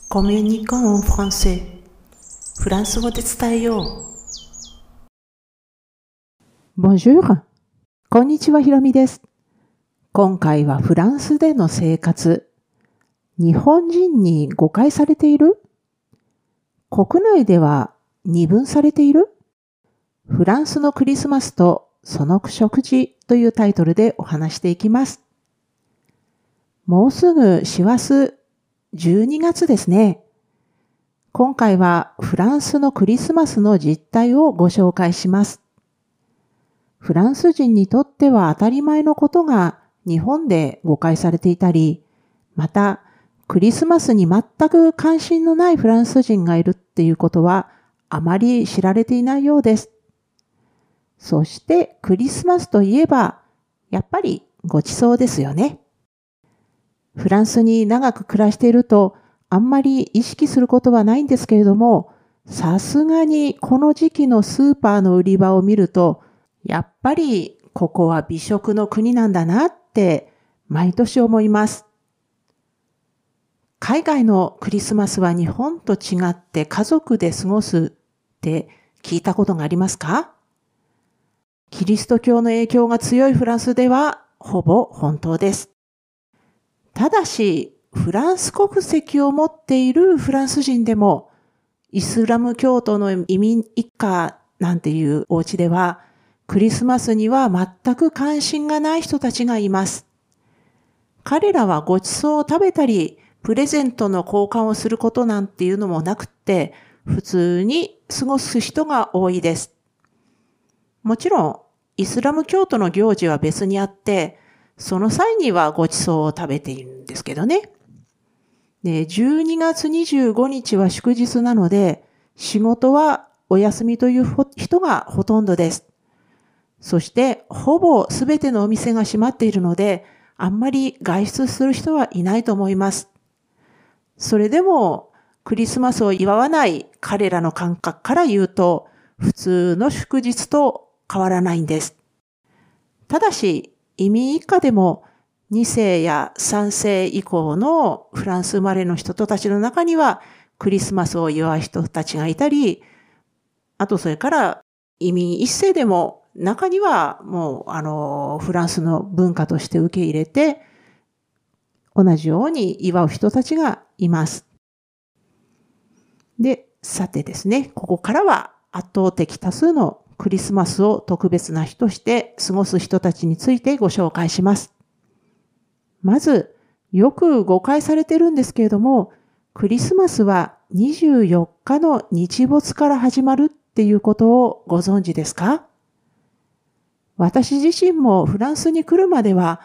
コミュニコンフランセフランス語で伝えよう。 Bonjour。こんにちは、ひろみです。今回はフランスでの生活。日本人に誤解されている？国内では二分されている？フランスのクリスマスとその食事というタイトルでお話していきます。もうすぐ師走12月ですね。今回はフランスのクリスマスの実態をご紹介します。フランス人にとっては当たり前のことが日本で誤解されていたり、またクリスマスに全く関心のないフランス人がいるっていうことはあまり知られていないようです。そしてクリスマスといえばやっぱりごちそうですよね。フランスに長く暮らしているとあんまり意識することはないんですけれども、さすがにこの時期のスーパーの売り場を見ると、やっぱりここは美食の国なんだなって毎年思います。海外のクリスマスは日本と違って家族で過ごすって聞いたことがありますか？キリスト教の影響が強いフランスではほぼ本当です。ただし、フランス国籍を持っているフランス人でも、イスラム教徒の移民一家なんていうお家では、クリスマスには全く関心がない人たちがいます。彼らはごちそうを食べたり、プレゼントの交換をすることなんていうのもなくって、普通に過ごす人が多いです。もちろん、イスラム教徒の行事は別にあって、その際にはごちそうを食べているんですけどね。で、12月25日は祝日なので、仕事はお休みという人がほとんどです。そして、ほぼすべてのお店が閉まっているので、あんまり外出する人はいないと思います。それでも、クリスマスを祝わない彼らの感覚から言うと、普通の祝日と変わらないんです。ただし、移民一家でも2世や3世以降のフランス生まれの人たちの中にはクリスマスを祝う人たちがいたり、あとそれから移民一世でも中にはもうフランスの文化として受け入れて同じように祝う人たちがいます。で、さてですね、ここからは圧倒的多数のクリスマスを特別な日として過ごす人たちについてご紹介します。まず、よく誤解されてるんですけれども、クリスマスは24日の日没から始まるっていうことをご存知ですか？私自身もフランスに来るまでは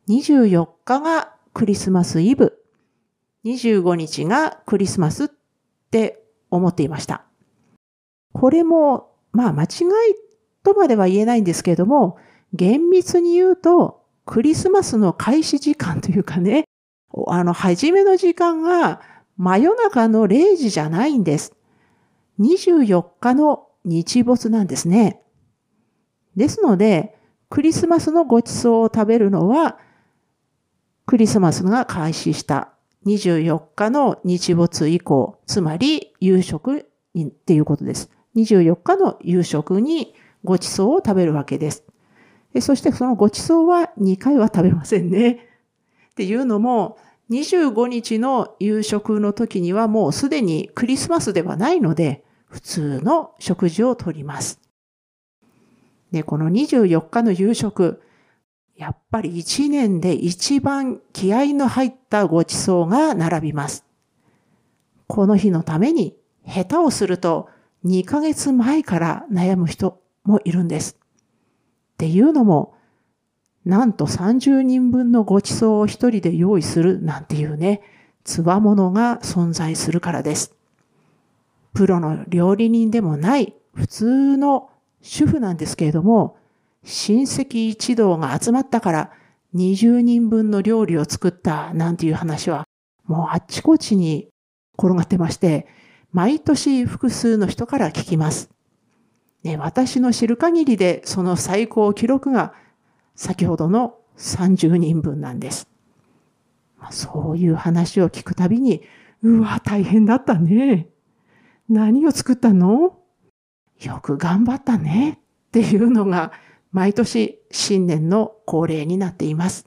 24日がクリスマスイブ、25日がクリスマスって思っていました。これも間違いとまでは言えないんですけれども、厳密に言うと、クリスマスの開始時間というかね、初めの時間が真夜中の0時じゃないんです。24日の日没なんですね。ですので、クリスマスのごちそうを食べるのは、クリスマスが開始した24日の日没以降、つまり夕食っていうことです。24日の夕食にごちそうを食べるわけです。そしてそのごちそうは2回は食べませんね。っていうのも、25日の夕食の時にはもうすでにクリスマスではないので、普通の食事をとります。で、この24日の夕食、やっぱり1年で一番気合の入ったごちそうが並びます。この日のために下手をすると2ヶ月前から悩む人もいるんです。っていうのも、なんと30人分のごちそうを一人で用意するなんていうね、つわものが存在するからです。プロの料理人でもない普通の主婦なんですけれども、親戚一同が集まったから20人分の料理を作ったなんていう話は、もうあっちこっちに転がってまして、毎年複数の人から聞きます。私の知る限りでその最高記録が先ほどの30人分なんです。そういう話を聞くたびにうわ、大変だったね。何を作ったの？よく頑張ったね。っていうのが毎年新年の恒例になっています。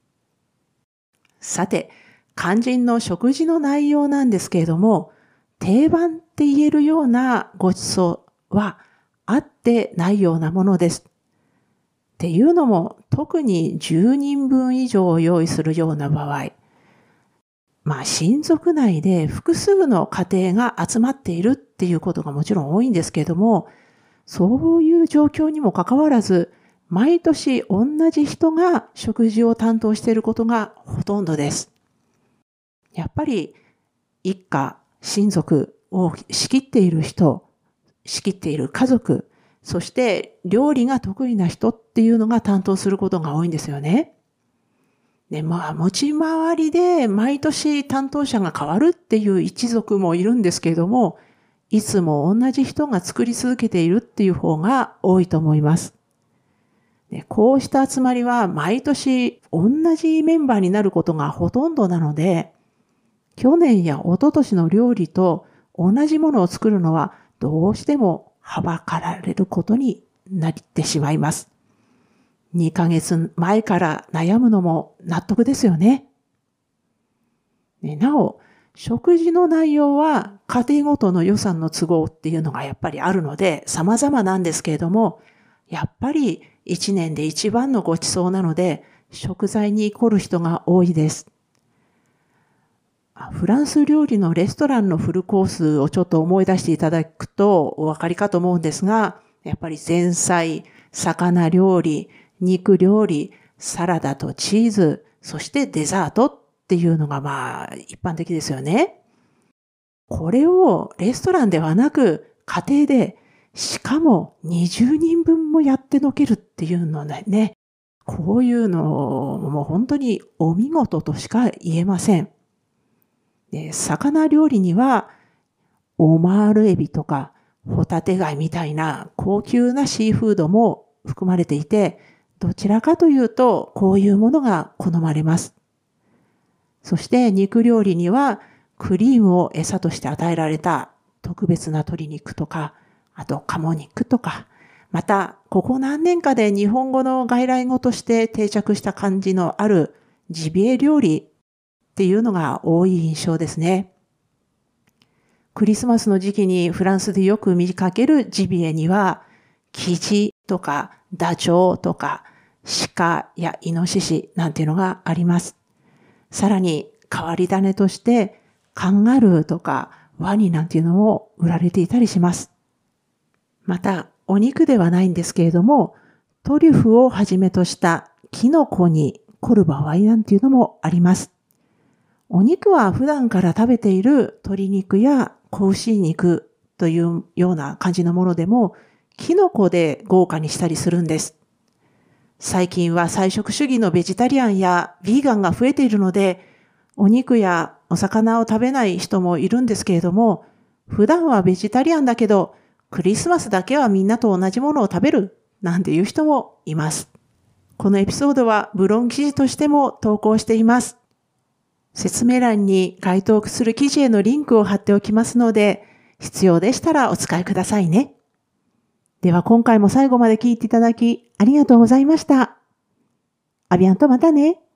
さて、肝心の食事の内容なんですけれども、定番って言えるようなごちそうはあってないようなものです。っていうのも、特に10人分以上を用意するような場合、親族内で複数の家庭が集まっているっていうことがもちろん多いんですけれども、そういう状況にもかかわらず、毎年同じ人が食事を担当していることがほとんどです。やっぱり一家、親族を仕切っている人、仕切っている家族、そして料理が得意な人っていうのが担当することが多いんですよね。で、持ち回りで毎年担当者が変わるっていう一族もいるんですけれども、いつも同じ人が作り続けているっていう方が多いと思います。で、こうした集まりは毎年同じメンバーになることがほとんどなので、去年や一昨年の料理と同じものを作るのはどうしてもはばかられることになってしまいます。2ヶ月前から悩むのも納得ですよね。なお、食事の内容は家庭ごとの予算の都合っていうのがやっぱりあるので様々なんですけれども、やっぱり1年で一番のごちそうなので食材に凝る人が多いです。フランス料理のレストランのフルコースをちょっと思い出していただくとお分かりかと思うんですが、やっぱり前菜、魚料理、肉料理、サラダとチーズ、そしてデザートっていうのが一般的ですよね。これをレストランではなく家庭で、しかも20人分もやってのけるっていうのね、こういうのも本当にお見事としか言えません。で、魚料理にはオマールエビとかホタテ貝みたいな高級なシーフードも含まれていて、どちらかというとこういうものが好まれます。そして肉料理にはクリームを餌として与えられた特別な鶏肉とか、あと鴨肉とか、またここ何年かで日本語の外来語として定着した感じのあるジビエ料理っていうのが多い印象ですね。クリスマスの時期にフランスでよく見かけるジビエには、キジとかダチョウとか鹿やイノシシなんていうのがあります。さらに変わり種としてカンガルーとかワニなんていうのも売られていたりします。またお肉ではないんですけれども、トリュフをはじめとしたキノコに凝る場合なんていうのもあります。お肉は普段から食べている鶏肉や子牛肉というような感じのものでも、キノコで豪華にしたりするんです。最近は菜食主義のベジタリアンやヴィーガンが増えているので、お肉やお魚を食べない人もいるんですけれども、普段はベジタリアンだけど、クリスマスだけはみんなと同じものを食べるなんていう人もいます。このエピソードはブログ記事としても投稿しています。説明欄に該当する記事へのリンクを貼っておきますので、必要でしたらお使いくださいね。では今回も最後まで聞いていただきありがとうございました。アビアンとまたね。